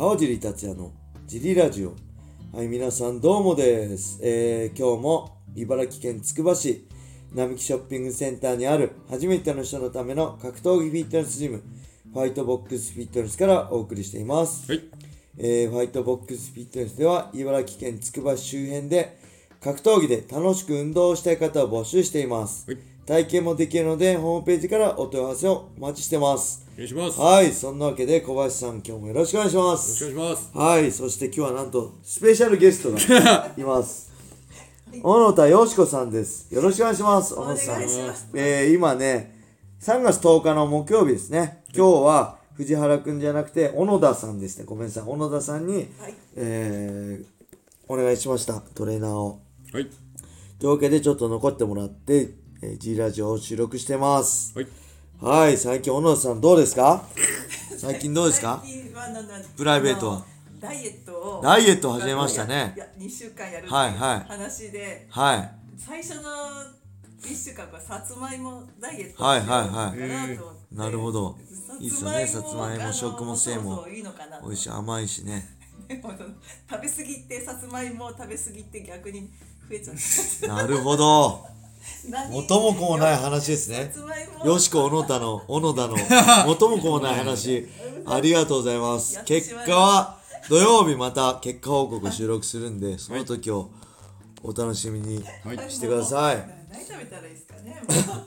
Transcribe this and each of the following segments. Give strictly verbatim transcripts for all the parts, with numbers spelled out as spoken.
川尻達也のジリラジオ。はい、皆さんどうもです。えー、今日も茨城県つくば市並木ショッピングセンターにある初めての人のための格闘技フィットネスジム、ファイトボックスフィットネスからお送りしています。 はい。 えー、ファイトボックスフィットネスでは茨城県つくば市周辺で格闘技で楽しく運動をしたい方を募集しています。 はい。 体験もできるのでホームページからお問い合わせをお待ちしてます。 お願いします。 はい、そんなわけで小林さん、今日もよろしくお願いしまよろす。 しくお願いします。 はい、そして今日はなんとスペシャルゲストがいます小野田よしこさんです。よろしくお願いします。小野さん、 お願いします。 えー、今ねさんがつとおかの木曜日ですね。今日は藤原くんじゃなくて小野田さんですね。ごめんなさい、小野田さんに、 はいえー、お願いしました。トレーナーを。 はい。 というわけでちょっと残ってもらって、えー、G ラジオを収録してます。 はい。 はい、最近小野田さんどうですか？最近どうですか？ 最近はなんだプライベートはあのダイエットをダイエットを始めましたね。 いやにしゅうかんやるっていうはいはい話で、 はい最初のいっしゅうかんはさつまいもダイエットはいはいはいかなと思って、 なるほど。いいっすよね、ささつまいもつまいも食物繊維もそうそういいのかなと美味しい、甘いしね。 でも食べ過ぎてさつまいもを食べ過ぎて逆に増えちゃったなるほど。 何元も子もない話ですねさつまいもよしこ小野田の小野田の元も子もない話、ありがとうございます。結果は土曜日また結果報告を収録するんで、その時をお楽しみにはい。 してください。 何食べたらいいですかね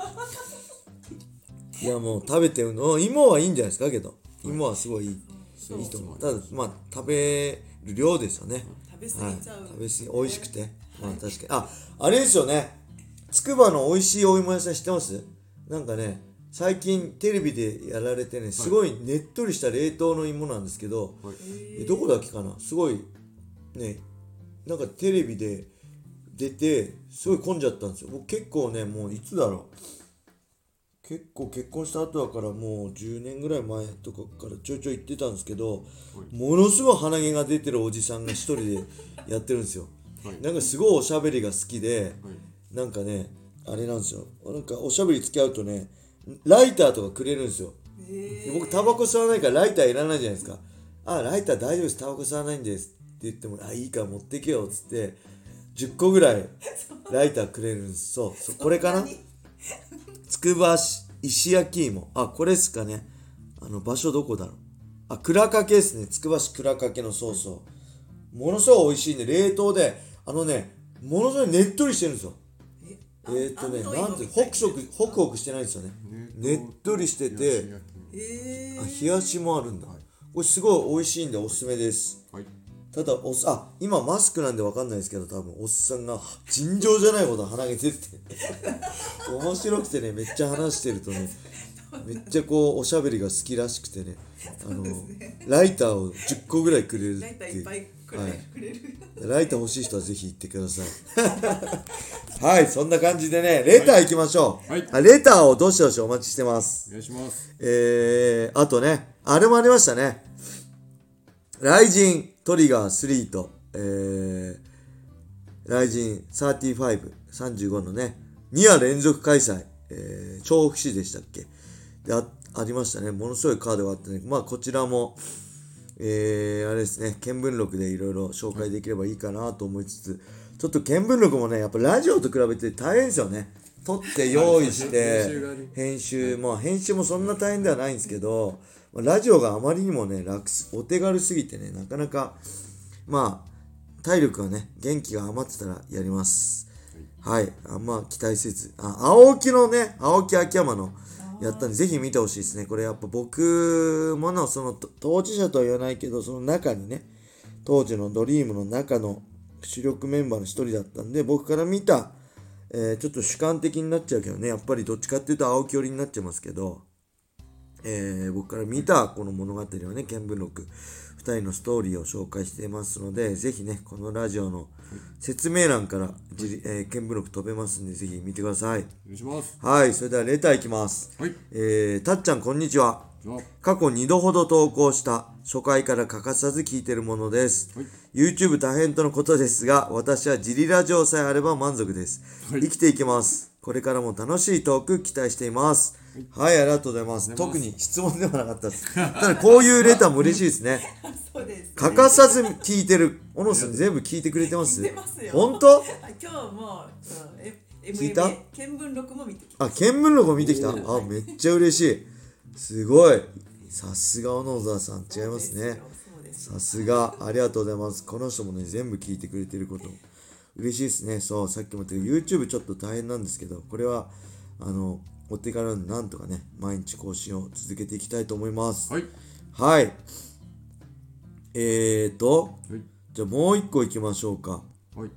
いやもう食べてるの芋はいいんじゃないですか。けど芋はすごいいい、 そういいと思う。ただまあ食べる量ですよね。 食べ過はい、 ぎちゃう、 食べ過ぎ美味しくて、まあ確かにああれですよね。つくばの美味しいお芋屋さん知ってます？なんかね最近テレビでやられてね、すごいねっとりした冷凍の芋なんですけど、 はい。 えどこだっけかな、すごいね、なんかテレビで出てすごい混んじゃったんですよ。僕結構ね、もういつだろう、結構結婚した後だからもうじゅうねんぐらい前とかからちょいちょい行ってたんですけど、ものすごい鼻毛が出てるおじさんが一人でやってるんですよ。 はい。 なんかすごいおしゃべりが好きで、 はい。 なんかねあれなんですよ、なんかおしゃべり付き合うとねライターとかくれるんですよ。で僕タバコ吸わないからライターいらないじゃないですか。あ、ライター大丈夫です、タバコ吸わないんですって言っても、あ、いいから持ってけよっつってじゅっこぐらいライターくれるんです。そうそう、これかな、つくば市石焼き芋、あ、これっすかね。あの場所どこだろう、あ、倉掛ですね、つくば市倉掛の、そうそう、ものすごい美味しいんで冷凍で、あのねものすごいねっとりしてるんですよ。えー、っとね、なんてホクホクホクホクしてないんですよね。ねっとりしてて、 えあ、冷やしもあるんだ。これすごい美味しいんでおすすめです。 はい。 ただおっさあ今マスクなんでわかんないですけど、多分おっさんが尋常じゃないほど鼻毛出てて面白くてね、めっちゃ話してるとね、めっちゃこうおしゃべりが好きらしくてね、あのライターをじゅっこぐらいくれるってライターいいっぱいくれ,、 はいくれるライター欲しい人はぜひ行ってくださいはい、そんな感じでね、レター行きましょう。 はい。 あ、レターをどしどしお待ちしてます。 お願いします。 えー、あとね、あれもありましたね。ライジントリガースリーと、えー、ライジンさんじゅうご、さんじゅうごのね、に夜連続開催、えー、調布市でしたっけで あ, ありましたね。ものすごいカードがあってね、まあこちらも、えー、あれですね、見聞録でいろいろ紹介できればいいかなと思いつつ、ちょっと見聞録もね、やっぱラジオと比べて大変ですよね。撮って用意して編集がね編集、まあ編集もそんな大変ではないんですけど、ラジオがあまりにもね楽お手軽すぎてね、なかなかまあ体力がね、元気が余ってたらやります。はい、あんま期待せず、あ、青木のね、青木秋山のやったんでぜひ見てほしいですね。これやっぱ僕ものその当事者とは言わないけど、その中にね、当時のドリームの中の主力メンバーの一人だったんで、僕から見た、えー、ちょっと主観的になっちゃうけどね、やっぱりどっちかっていうと青木寄りになっちゃいますけど、えー、僕から見たこの物語をね、見聞録ふたりのストーリーを紹介していますので、ぜひねこのラジオの説明欄からじ、えー、見聞録飛べますんで、ぜひ見てください。 お願いします。 はい、それではレターいきます。 はい。 えー、たっちゃんこんにちは。 じゃあ、 過去にどほど投稿した初回から欠かさず聞いているものです、 はい。 YouTube 大変とのことですが、私はジリラジオさえあれば満足です、 はい生きていけます。 これからも楽しいトーク期待しています。はい、はい、ありがとうございます。特に質問ではなかったです。ただこういうレターも嬉しいですね。 そうです、ね。 欠かさず聞いてる。小野さん全部聞いてくれてます？ 聞いてますよ。 本当？ 今日も、うん、え聞いた？ 見聞録も見てきた。あ、見聞録も見てきた。あ、めっちゃ嬉しい。すごい。さすが小野沢さん、違いますね。さすが、ありがとうございます。この人もね、全部聞いてくれてること嬉しいですね。そう、さっきも言ったように YouTube ちょっと大変なんですけど、これはあのお手軽になんとかね、毎日更新を続けていきたいと思います。 はい。 はい。えーと、 はい、 じゃあもう一個いきましょうか。 はい。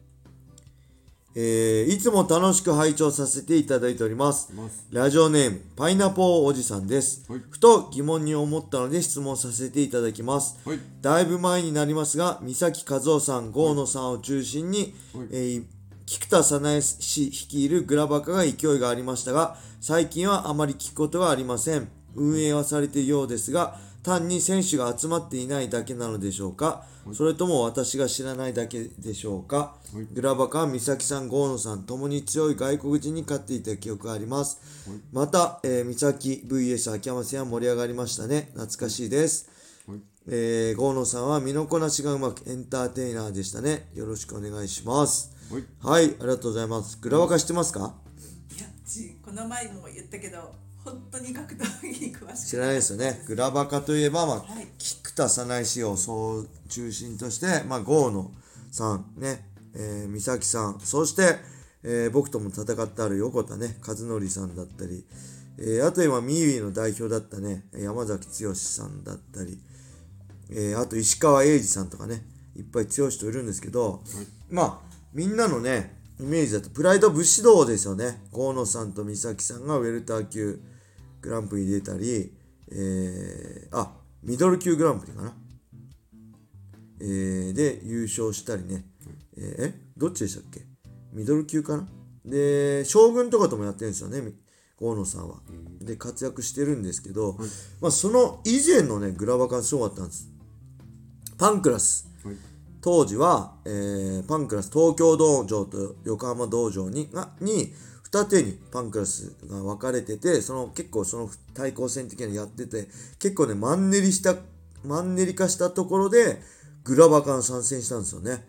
えー、いつも楽しく拝聴させていただいております。 ますラジオネーム、パイナポーおじさんです。 はい、 ふと疑問に思ったので質問させていただきます。 はい、 だいぶ前になりますが、三崎和夫さん、郷野さんを中心に、 はいえー、菊田早苗氏率いるグラバカが勢いがありましたが、最近はあまり聞くことがありません。運営はされているようですが、単に選手が集まっていないだけなのでしょうか、はい、それとも私が知らないだけでしょうか、はい、グラバカは三崎さん、郷野さんともに強い外国人に勝っていた記憶があります、はい、また、えー、三崎 ブイエス 秋山戦は盛り上がりましたね。懐かしいです、はい、えー、郷野さんは身のこなしがうまくエンターテイナーでしたね。よろしくお願いします。はい、はい、ありがとうございます。グラバカ知ってますか？ いや、ちこの前も言ったけど本当に格闘技に詳しく知らないですよね。グラバカといえば、まあ、 はい、 菊田早苗氏を総中心として、まあ、郷野さん、ね、えー、美咲さん、そして、えー、僕とも戦ってある横田ね、和則さんだったり、えー、あと今、ミーウィーの代表だったね、山崎剛さんだったり、えー、あと石川英二さんとかね、いっぱい剛といるんですけど、はい、まあ、みんなのね、イメージだと、プライド武士道ですよね。郷野さんと美咲さんがウェルター級グランプリ出たり、えー、あ、ミドル級グランプリかな。えー、で、優勝したりね。えー、えどっちでしたっけ？ミドル級かな。で、将軍とかともやってるんですよね、河野さんは。で、活躍してるんですけど、はい、まあ、その以前のね、グラバカすごかったんです。パンクラス。はい、当時は、えー、パンクラス東京道場と横浜道場に、がに、二手にパンクラスが分かれてて、その結構その対抗戦的にやってて、結構ね、マンネリした、マンネリ化したところで、グラバカが参戦したんですよね。はい、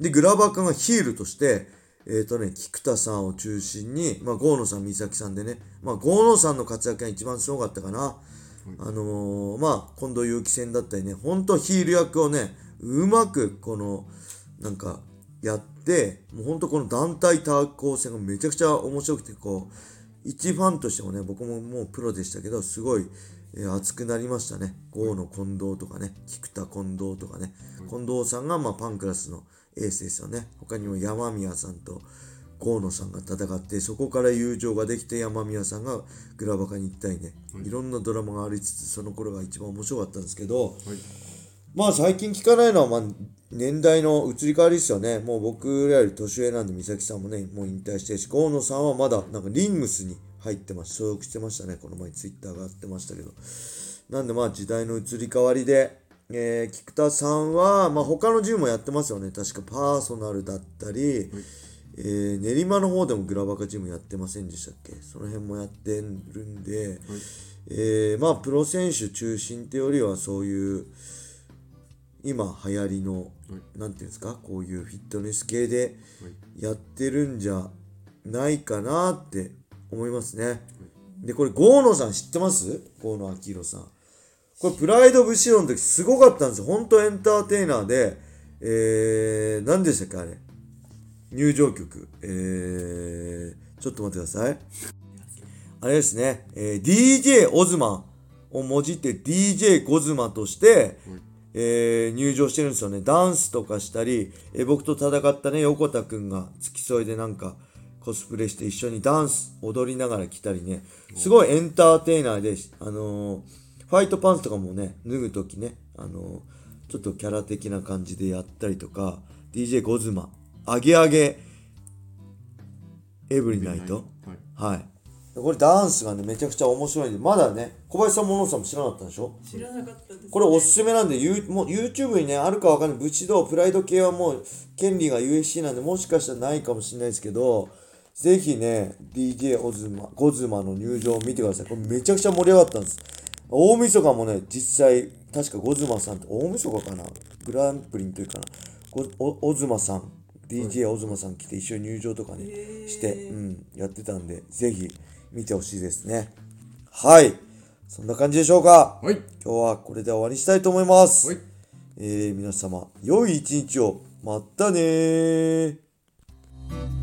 で、グラバカがヒールとして、えっ、ー、とね、菊田さんを中心に、まあ、郷野さん、美咲さんでね、まあ、郷野さんの活躍が一番すごかったかな。はい、あのー、まあ、近藤祐樹戦だったりね、ほんとヒール役をね、うまく、この、なんか、やって、もうほんとこの団体対抗戦がめちゃくちゃ面白くて、こう、一ファンとしてもね、僕ももうプロでしたけど、すごい、えー、熱くなりましたね。郷野近藤とかね、菊田近藤とかね、近藤さんがまあパンクラスのエースですよね。他にも山宮さんと郷野さんが戦って、そこから友情ができて、山宮さんがグラバカに行ったりね、いろんなドラマがありつつ、その頃が一番面白かったんですけど、はい、まあ最近聞かないのは、まあ年代の移り変わりですよね。もう僕らより年上なんで、美咲さんもね、もう引退してるし、河野さんはまだなんかリングスに入ってます。所属してましたね。この前ツイッターがやってましたけど。なんでまあ時代の移り変わりで、えー、菊田さんは、まあ他のジムもやってますよね。確かパーソナルだったり、はい、えー、練馬の方でもグラバカジムやってませんでしたっけ？その辺もやってるんで、はい、えー、まあプロ選手中心ってよりはそういう、今流行りの、はい、なんていうんですか、こういうフィットネス系でやってるんじゃないかなって思いますね。はい、で、これ、郷野さん知ってます？郷野明宏さん。これ、プライド武士道の時すごかったんですよ。ほんとエンターテイナーで、えー、何でしたっけあれ。入場曲。えー、ちょっと待ってください。あれですね、えー、ディージェー オズマをもじって ディージェー ゴズマとして、はい、えー、入場してるんですよね。ダンスとかしたり、えー、僕と戦ったね、横田くんが付き添いでなんかコスプレして一緒にダンス踊りながら来たりね、すごいエンターテイナーで、あのー、ファイトパンツとかもね、脱ぐときね、あのー、ちょっとキャラ的な感じでやったりとか、ディージェー ゴズマ、アゲアゲ、エブリナイト、はい。はいこれダンスがねめちゃくちゃ面白いんで、まだね、小林さんも小野さんも知らなかったでしょ？ 知らなかったです、ね。 これおすすめなんで、ユー、もう YouTube にね、あるかわかんない。武士道、プライド系はもう、権利が ユーエフシー なんで、もしかしたらないかもしれないですけど、 ぜひね、ディージェー オズマ、ゴズマの入場を見てください。これめちゃくちゃ盛り上がったんです。大晦日もね、実際、確かゴズマさんと、大晦日かなグランプリの時かなゴおオズマさん、ディージェー オズマさん来て一緒に入場とかね、して、うん、やってたんで、ぜひ見てほしいですね。はい。そんな感じでしょうか。 はい。 今日はこれで終わりにしたいと思います。 はい。 えー、皆様、良い一日を。またねー。